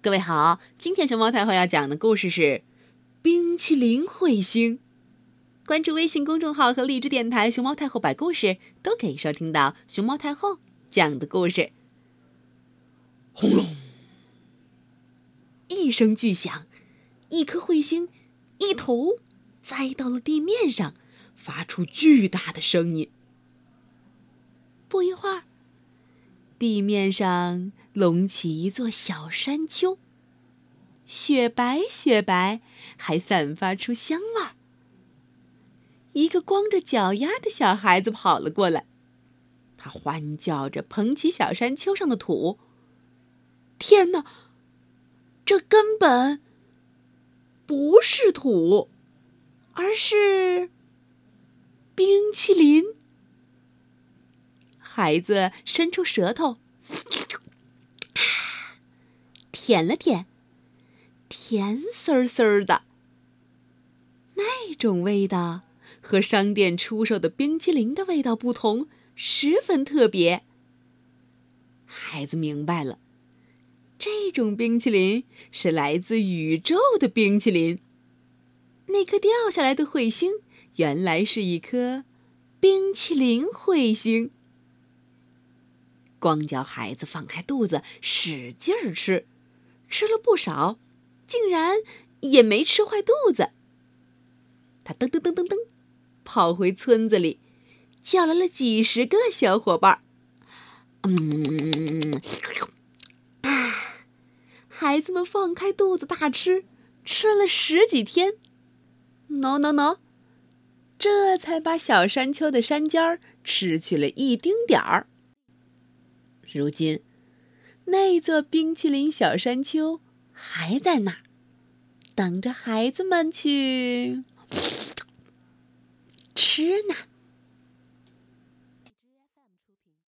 各位好，今天熊猫太后要讲的故事是冰淇淋彗星。关注微信公众号和荔枝电台熊猫太后摆故事，都可以收听到熊猫太后讲的故事。轰隆一声巨响，一颗彗星一头栽到了地面上，发出巨大的声音。不一会儿，地面上隆起一座小山丘，雪白雪白，还散发出香味儿。一个光着脚丫的小孩子跑了过来，他欢叫着捧起小山丘上的土。天哪，这根本不是土，而是冰淇淋。孩子伸出舌头舔了舔，甜丝丝的。那种味道和商店出售的冰淇淋的味道不同，十分特别。孩子明白了，这种冰淇淋是来自宇宙的冰淇淋。那颗掉下来的彗星原来是一颗冰淇淋彗星。光脚孩子放开肚子使劲儿吃，吃了不少，竟然也没吃坏肚子。他噔噔噔噔噔跑回村子里，叫来了几十个小伙伴。孩子们放开肚子大吃，吃了10几天。喏，这才把小山丘的山尖儿吃去了一丁点儿。如今，那座冰淇淋小山丘还在那儿，等着孩子们去吃呢。